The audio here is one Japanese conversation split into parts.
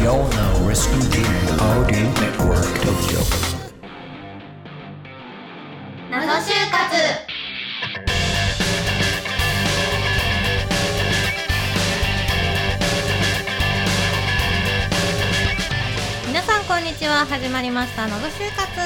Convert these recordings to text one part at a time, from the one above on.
You're now listening to Audio Network Tokyo. 謎就活。皆さんこんにちは。始まりました謎就活。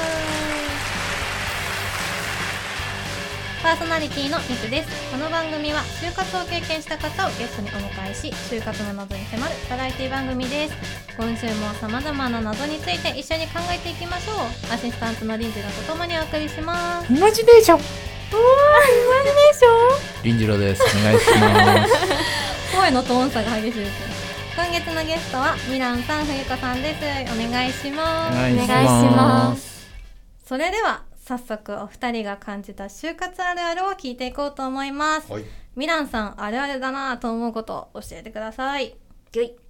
パーソナリティのミクです。この番組は就活を経験した方をゲストにお迎えし、就活の謎に迫るバラエティ番組です。今週も様々な謎について一緒に考えていきましょう。アシスタントのリンジロとともにお送りします。 イマジネーション。イマジネーション。 林次郎です。お願いします。 声のトーン差が激しいです。今月のゲストはミランさん、冬子さんです。お願いします。 お願いします。 それでは早速お二人が感じた就活あるあるを聞いていこうと思います、はい、ミランさん、あるあるだなと思うことを教えてください。 ぎょい。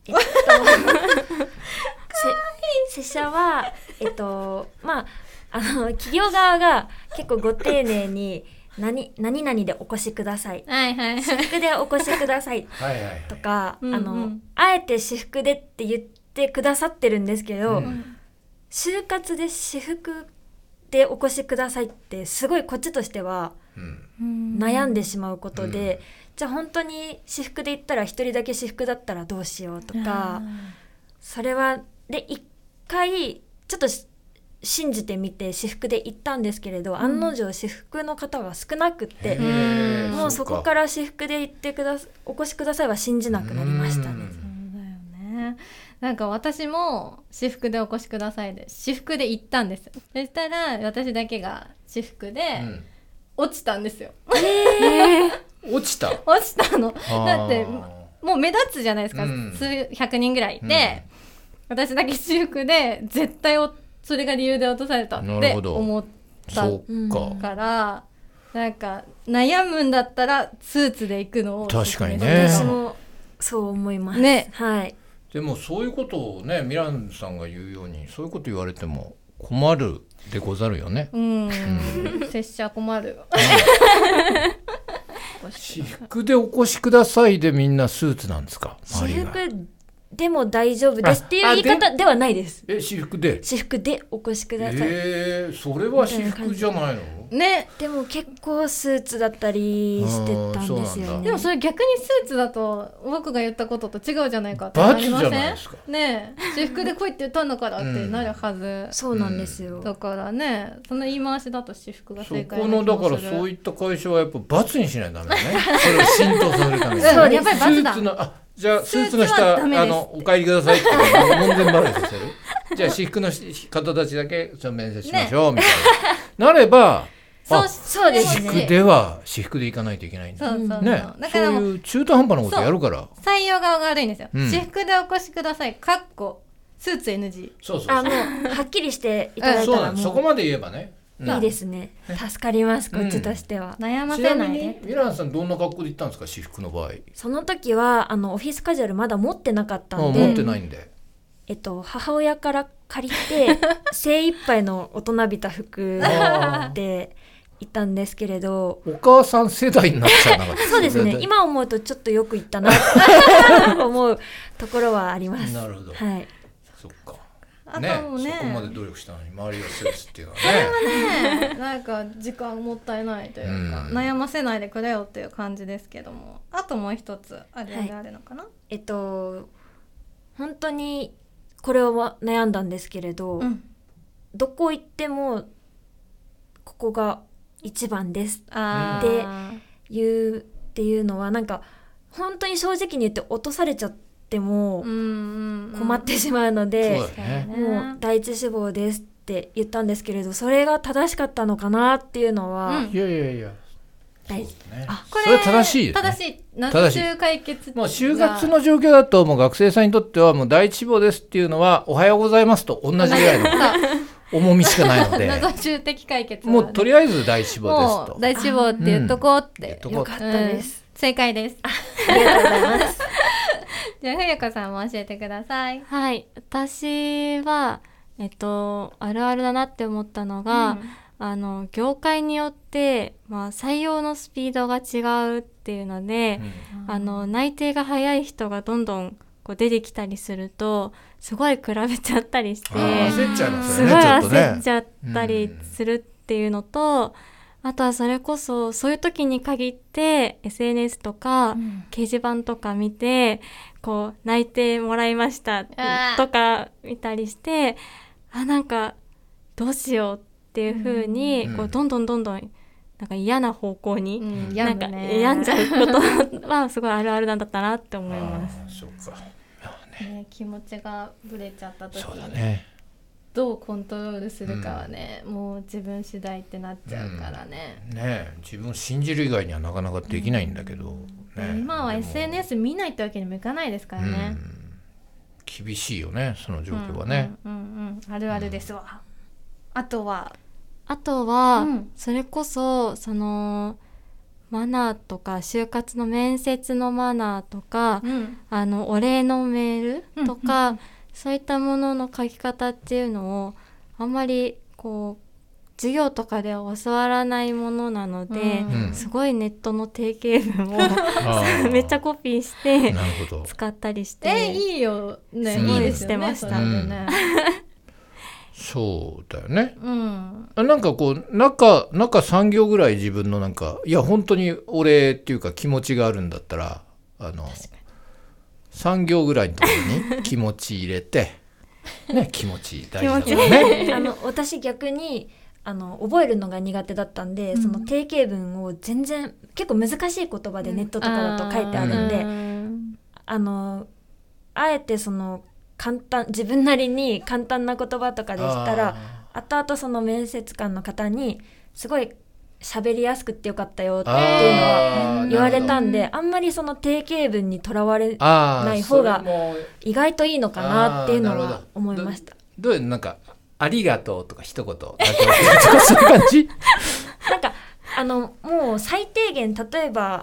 拙者は企業側が結構ご丁寧に何々でお越しください、 はいはい、 私服でお越しくださいとかあえて私服でって言ってくださってるんですけど、就活で私服でお越しくださいってすごいこっちとしては悩んでしまうことで、じゃあ本当に私服で行ったら一人だけ私服だったらどうしようとか、それはで一回ちょっと信じてみて私服で行ったんですけれど、案の定私服の方が少なくって、もうそこから私服で行ってお越しくださいは信じなくなりましたね。 そうだよね。なんか私も私服でお越しくださいで私服で行ったんですよ。そしたら私だけが私服で落ちたんですよ、 落ちたの。だってもう目立つじゃないですか、数百人ぐらいいて、私だけ私服で絶対それが理由で落とされたって思ったから、なんか悩むんだったらスーツで行くのを確かにね、 私もそう思いますね。 はい。 でもそういうことをね、ミランさんが言うようにそういうこと言われても困るでござるよね。 拙者困る。 私服でお越しくださいでみんなスーツなんですか？ 私服でも大丈夫ですっていう言い方ではないです。 私服でお越しください。 それは私服じゃないの？ ね。 でも結構スーツだったりしてたんですよね。 でもそれ逆にスーツだと僕が言ったことと違うじゃないかってなりません？ 罰じゃないですか。 ねえ、私服で来いって言ったんだからってなるはず、 そうなんですよ。 だからね、その言い回しだと私服が正解そこのだからそういった会社はやっぱ罰にしないとダメだね。それを浸透させるために。 そう、やっぱり罰だ。 スーツのじゃあスーツの下お帰りくださいって門前払いさせる。じゃあ私服の方たちだけ面接しましょうみたいな、なればそうですね。 私服では私服で行かないといけないんだ。 そうね。だからそういう中途半端なことやるから採用側が悪いんですよ。私服でお越しください（スーツ NG）。 そうもうはっきりしていただいたらもうそこまで言えばね。 いいですね。助かります、こっちとしては。 悩ませないで。 ちなみにミランさんどんな格好で行ったんですか、私服の場合？ その時はオフィスカジュアルまだ持ってなかったんで。 持ってないんで。 母親から借りて精一杯の大人びた服で行ったんですけれど、 お母さん世代になっちゃうなかった。 そうですね。今思うとちょっとよく行ったなと思うところはあります。 なるほど。 はい。 そっか。 ね、そこまで努力したのに周りがスーツっていうのはね。なんか時間もったいないというか、悩ませないでくれよっていう感じですけども、あともう一つあるのかな。 本当にこれは悩んだんですけれど、どこ行ってもここが一番ですっていうのはなんか本当に正直に言って落とされちゃっても困ってしまうので、もう第一志望ですって言ったんですけれど、それが正しかったのかなっていうのは、 いや大事。 それは正しいですね。 正しい。謎就解決。 もう就活の状況だともう学生さんにとってはもう第一志望ですっていうのはおはようございますと同じぐらいの重みしかないので謎中的解決、 もうとりあえず第一志望ですと。 第一志望って言っとこうって、 よかったです、 正解です。 ありがとうございますじゃあ冬子さんも教えてください。 はい、私はあるあるだなって思ったのが、業界によって、採用のスピードが違うっていうので、内定が早い人がどんどんこう出てきたりするとすごい比べちゃったりして焦っちゃいますすごいよねちょっとね焦っちゃったりするっていうのと、あとはそれこそそういう時に限って SNS とか掲示板とか見てこう泣いてもらいましたとか見たりして、なんかどうしようっていう風にこうどんどんなんか嫌な方向になんか病んじゃうことはすごいあるあるなんだったなって思います。 そうか、 気持ちがぶれちゃった時そうだにね、 どうコントロールするかはね、もう自分次第ってなっちゃうからね。 自分を信じる以外にはなかなかできないんだけど、 今は SNS 見ないってわけにもいかないですからね。 厳しいよねその状況はね。 あるあるですわ。あとは、 それこそそのマナーとか就活の面接のマナーとか、お礼のメールとか、そういったものの書き方っていうのをあんまりこう授業とかでは教わらないものなので、すごいネットの定型文をめっちゃコピーして使ったりして、 いいよね、 すごいしてました。 そうだよね、なんかこう中3行ぐらい自分のなんかいや本当にお礼っていうか気持ちがあるんだったら3行ぐらいのところに気持ち入れてね、気持ち大事だよね。 私逆に覚えるのが苦手だったんで、その定型文を全然結構難しい言葉でネットとかだと書いてあるんで、あえてその自分なりに簡単な言葉とかでしたら後々その面接官の方にすごい喋りやすくってよかったよっていうのは言われたんで、あんまりその定型文にとらわれない方が意外といいのかなっていうのは思いました。 どういうなんかありがとうとか一言だけそういう感じなんかもう最低限例えば、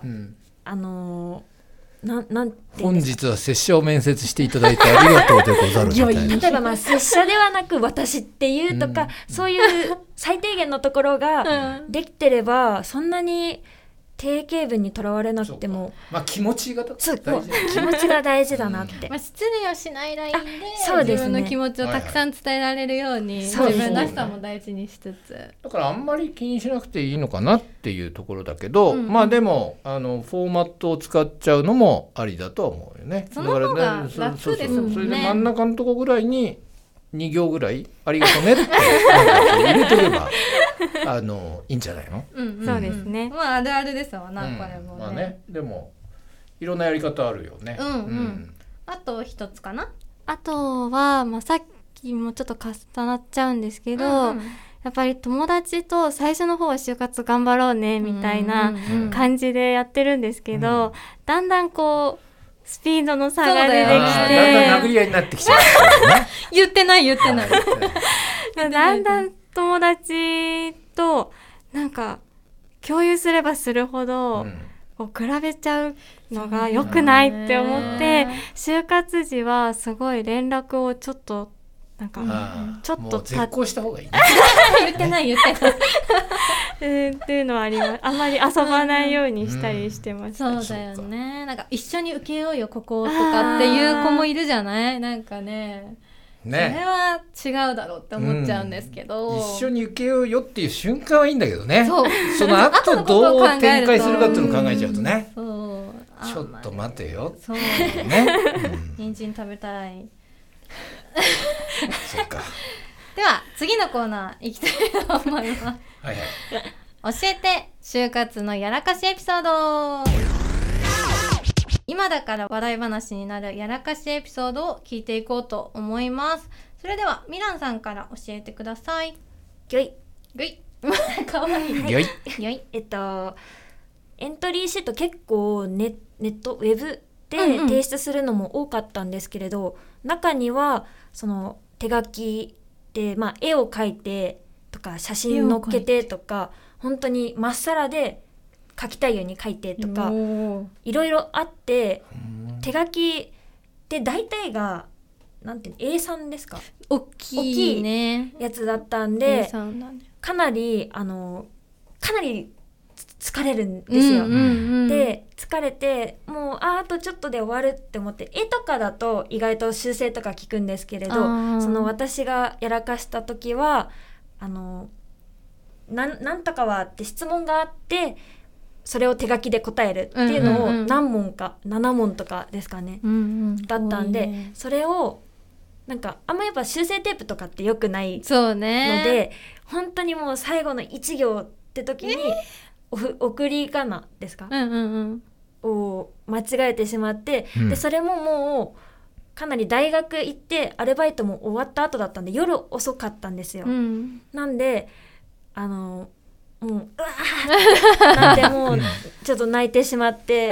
なんて本日は拙者を面接していただいてありがとうでござるみたいな。 例えば拙者ではなく私っていうとか、そういう最低限のところができてれば、そんなに定型文にとらわれなくても、 気持ちが大事、 気持ちが大事だなって、 失礼をしないラインでそうですね、 自分の気持ちをたくさん伝えられるように、自分らしさも大事にしつつ、 だからあんまり気にしなくていいのかなっていうところだけど、でもフォーマットを使っちゃうのもありだとは思うよね。 その方が楽ですもんね。 それで真ん中のとこぐらいに2行ぐらいありがとねって入れてればいいんじゃないの？ そうですね。 あるあるですわな、これもね。 でもいろんなやり方あるよね。 あと一つかな。 あとは、さっきもちょっと重なっちゃうんですけど、やっぱり友達と最初の方は就活頑張ろうねみたいな感じでやってるんですけど、だんだんこうスピードの差が出てきて、 だんだん殴り合いになってきちゃう、ね、 言ってないだんだん友達となんか共有すればするほど、こう比べちゃうのが良くないって思って、就活時はすごい連絡をちょっとなんかちょっと絶交した方がいいね言ってないっていうのはあります。あんまり遊ばないようにしたりしてました。 そうだよね。なんか一緒に受けようよこことかっていう子もいるじゃない。なんかね、それは違うだろうって思っちゃうんですけど、 一緒に受けようよっていう瞬間はいいんだけどね。その後どう展開するかっていうのを考えちゃうとね、ちょっと待てよそうね。 人参食べたいそっか。 では次のコーナー行きたいと思います教えて就活のやらかしエピソード。今だから笑い話になるやらかしエピソードを聞いていこうと思います。それではミランさんから教えてください。 ギョイギョイかわいい。 ギョイギョイ。 エントリーシート結構ネットウェブで提出するのも多かったんですけれど、中にはその手書きで、絵を描いてとか写真載っけてとか、本当にまっさらで書きたいように書いてとかいろいろあって、手書きで大体がなんて A3 ですか、 大きいねやつだったんで、 A3 だね、 かなり疲れるんですよ、で疲れてもうあとちょっとで終わるって思って、絵とかだと意外と修正とか効くんですけれど、その私がやらかした時はなんとかはって質問があって、それを手書きで答えるっていうのを何問か、7問とかですかね、だったんで、それをなんかあんまやっぱ修正テープとかって良くないので、本当にもう最後の1行って時に、送り仮名ですか、を間違えてしまって、でそれももうかなり大学行ってアルバイトも終わった後だったんで夜遅かったんですよ、なんでもううわーなんてもうちょっと泣いてしまって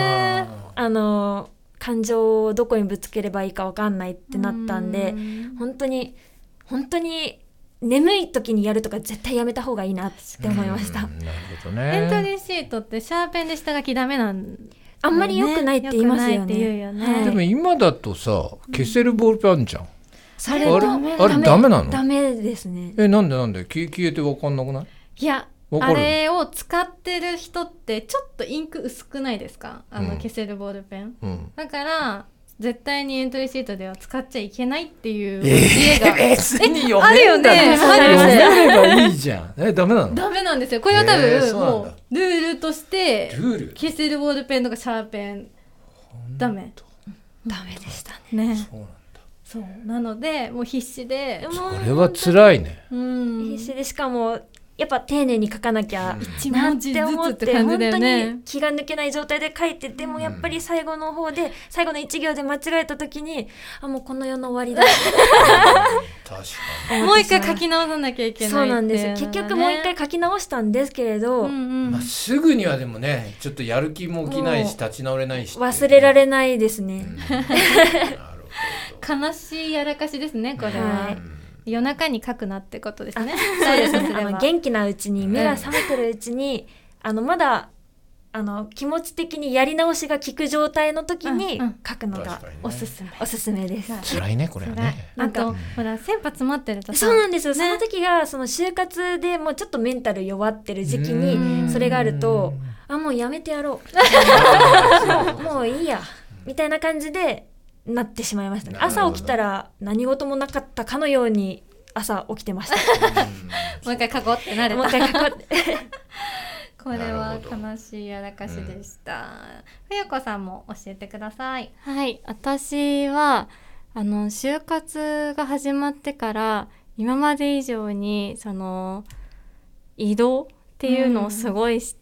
感情をどこにぶつければいいか分かんないってなったんで、本当に眠い時にやるとか絶対やめた方がいいなって思いました。 なるほどね。 エントリーシートってシャーペンで下書きダメなんあんまり良くないって言いますよね。 でも今だとさ消せるボールペンあるじゃん、 それあれダメなの？ ダメですね。 なんで消えて分かんなくない？ いやあれを使ってる人ってちょっとインク薄くないですか？消せるボールペン、だから絶対にエントリーシートでは使っちゃいけないっていう知恵が、 別に読あるよね。 読めればいいじゃん。ダメなの？ ダメなんですよ。これは多分もうルールとして消せるボールペンとかシャーペンダメでしたね。 そうなんだ。 そうなのでもう必死で、 それは辛いね。 必死で、しかもやっぱ丁寧に書かなきゃ一文字ずつって感じだよね。 本当に気が抜けない状態で書いて、でもやっぱり最後の方で最後の1行で間違えた時にもうこの世の終わりだ確かにもう一回書き直さなきゃいけない。 そうなんですよ。結局もう一回書き直したんですけれど、 すぐにはでもねちょっとやる気も起きないし立ち直れないし、 忘れられないですね。 悲しいやらかしですねこれは。夜中に書くなってことですね。 そうですね。元気なうちに、目が覚めてるうちに、まだ気持ち的にやり直しが効く状態の時に書くのがおすすめです。 辛いねこれはね。 あとほら切羽詰まってるとさ、 そうなんですよ、その時がその就活でもうちょっとメンタル弱ってる時期にそれがあると、もうやめてやろうもういいやみたいな感じでなってしまいましたね。朝起きたら何事もなかったかのように朝起きてましたもう一回書こうってなれた。 もう一回書こうってこれは悲しいやらかしでした。冬子さんも教えてください。 はい、私は就活が始まってから今まで以上にその移動っていうのをすごいして、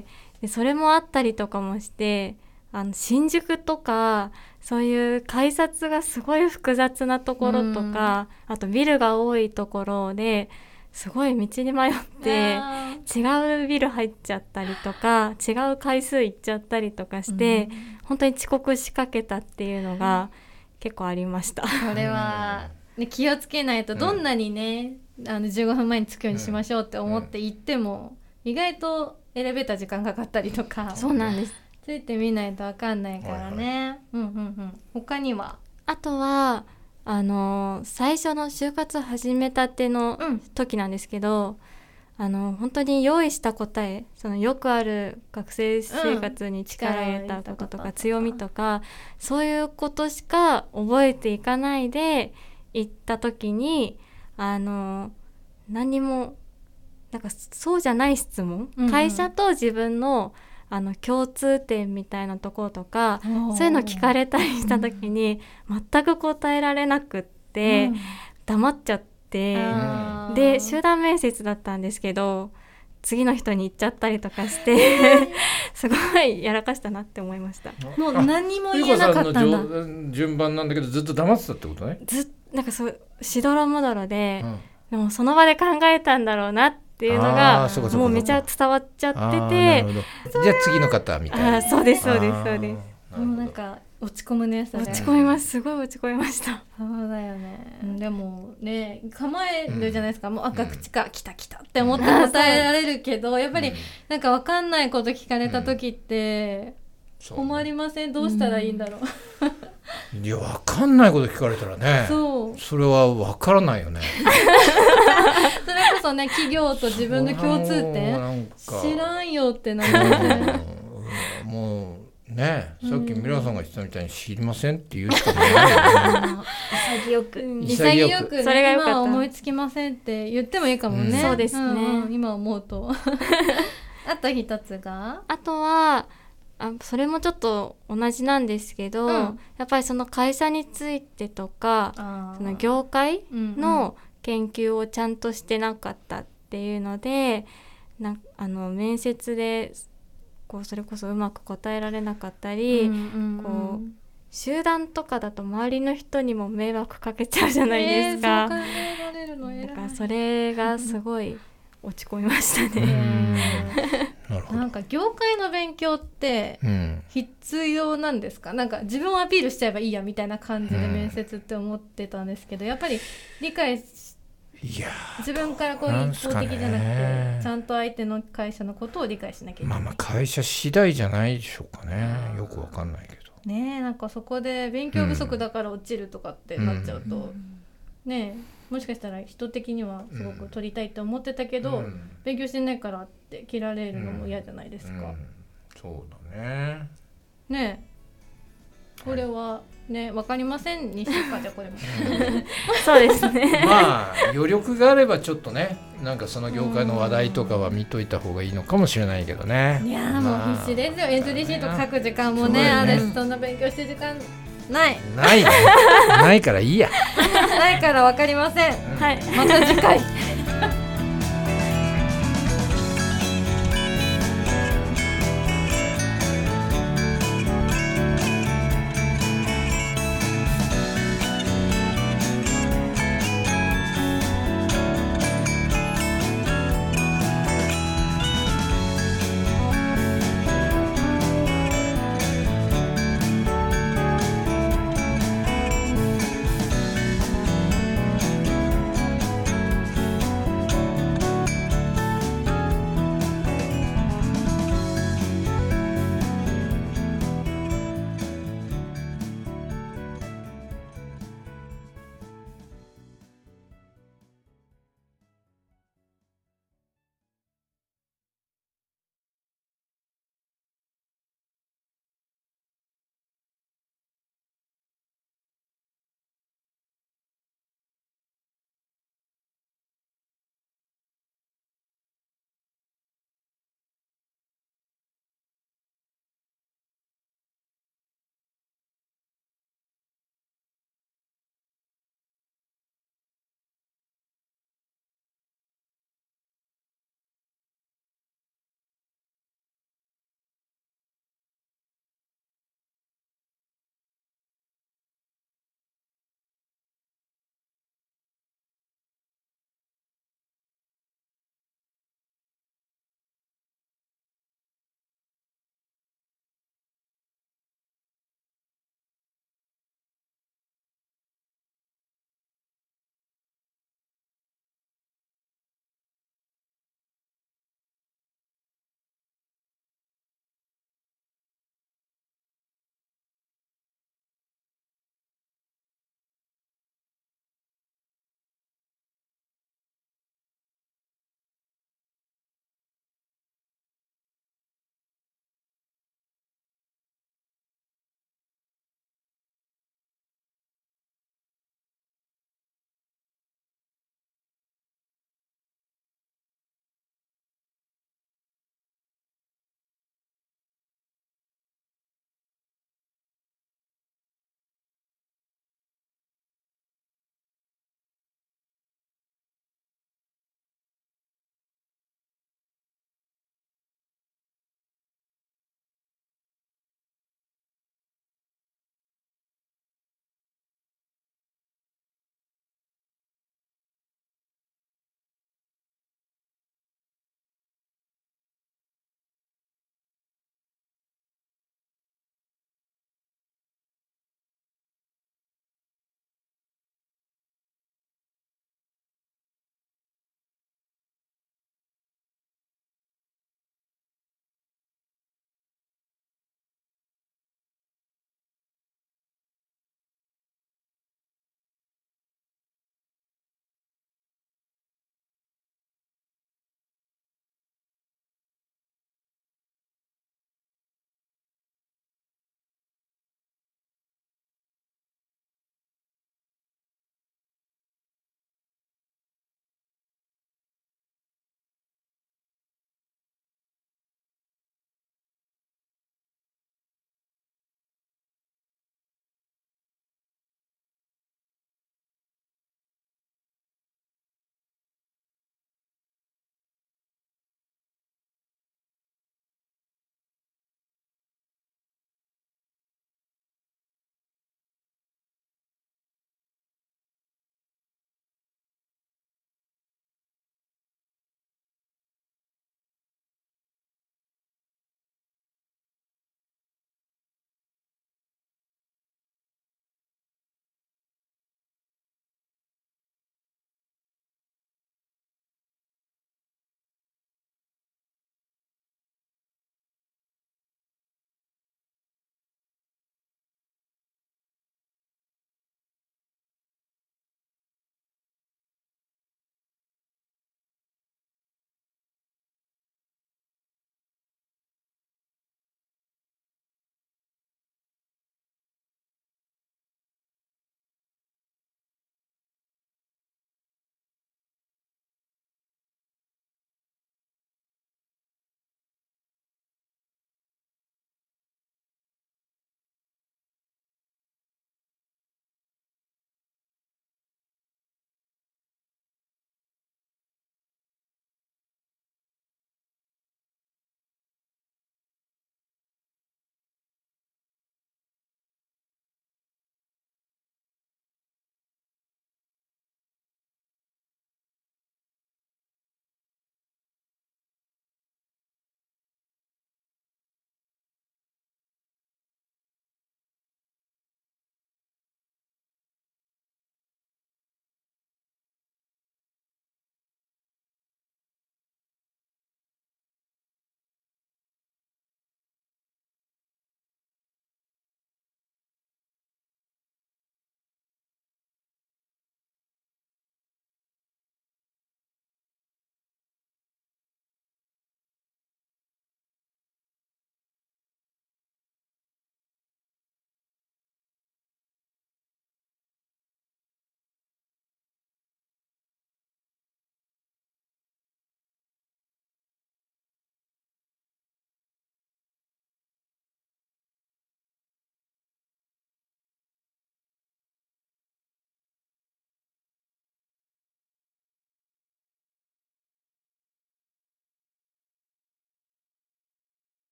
でそれもあったりとかもして、新宿とかそういう改札がすごい複雑なところとか、あとビルが多いところですごい道に迷って違うビル入っちゃったりとか違う回数行っちゃったりとかして、本当に遅刻しかけたっていうのが結構ありました。 これは、ね、気をつけないと、どんなにね15分前に着くようにしましょうって思って行っても、意外とエレベーター時間かかったりとか。 そうなんです。 ついてみないと分かんないからね。他には？ あとは最初の就活始めたての時なんですけど、本当に用意した答え、そのよくある学生生活に力を入れたこととか、強みとかそういうことしか覚えていかないで行った時に何にもなんかそうじゃない質問、会社と自分の共通点みたいなところとか、そういうの聞かれたりした時に、全く答えられなくって、黙っちゃって、で集団面接だったんですけど次の人に行っちゃったりとかしてすごいやらかしたなって思いました。 もう何も言えなかったんだ。 ゆうこさんの順番なんだけどずっと黙ってたってことね。 なんかそうしどろもどろで、でもその場で考えたんだろうなっていうのがもうめちゃ伝わっちゃってて、 じゃあ次の方みたいな。 そうですそうです。 もうなんか落ち込むね。 落ち込みます。すごい落ち込みました。 そうだよね。でもね構えるじゃないですか。もう学知か来たって思って答えられるけど、やっぱりなんか分かんないこと聞かれた時って困りません？どうしたらいいんだろう。 いや分かんないこと聞かれたらね、それは分からないよねこそね企業と自分の共通点知らんよってなりますね。 もうね、さっきミラさんが言ってたみたいに知りませんって言うしかない潔く潔く、ね、 それがよかった。 今は思いつきませんって言ってもいいかもね、 そうですね、 今思うとあと一つがあとはそれもちょっと同じなんですけど、やっぱりその会社についてとかその業界の研究をちゃんとしてなかったっていうので、面接でこうそれこそうまく答えられなかったり、こう集団とかだと周りの人にも迷惑かけちゃうじゃないですか。 そう考えられるの偉い。 だからそれがすごい落ち込みましたね。 なんか業界の勉強って必要なんですか？なんか自分をアピールしちゃえばいいやみたいな感じで面接って思ってたんですけど、やっぱり理解自分からこう一方的じゃなくてちゃんと相手の会社のことを理解しなきゃいけない。 まあ会社次第じゃないでしょうかね。よくわかんないけどね。なんかそこで勉強不足だから落ちるとかってなっちゃうと、ね、もしかしたら人的にはすごく取りたいと思ってたけど、勉強してないからって切られるのも嫌じゃないですか。 そうだね。 ね、これはね、わかりませんにしようか。じゃあこれもそうですね。 まあ余力があればちょっとね、なんかその業界の話題とかは見といた方がいいのかもしれないけどね。 いやもう必死ですよ。エントリーシート書く時間もね、あれそんな勉強してる時間ないからいいや。 ないからわかりません。 はい、 また次回。